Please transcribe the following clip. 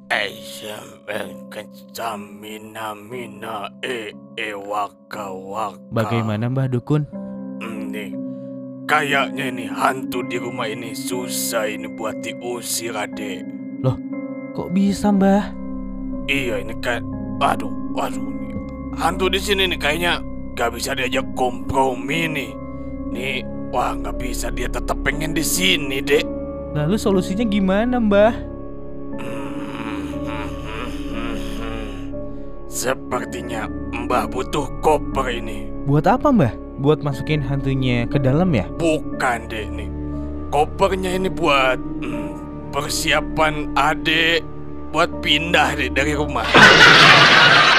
Kecamina mina waka waka. Bagaimana Mbah Dukun? Nih, kayaknya ini hantu di rumah ini susah ini buat diusir, adek. Loh, kok bisa Mbah? Iya, ini kan, aduh, nih. Hantu di sini nih kayaknya gak bisa diajak kompromi nih. Nih, wah gak bisa, dia tetap pengen di sini, Dek. Lalu solusinya gimana Mbah? Sepertinya Mbah butuh koper ini. Buat apa Mbah? Buat masukin hantunya ke dalam ya? Bukan, Dek, nih. Kopernya ini buat persiapan adek buat pindah, Dek, dari rumah.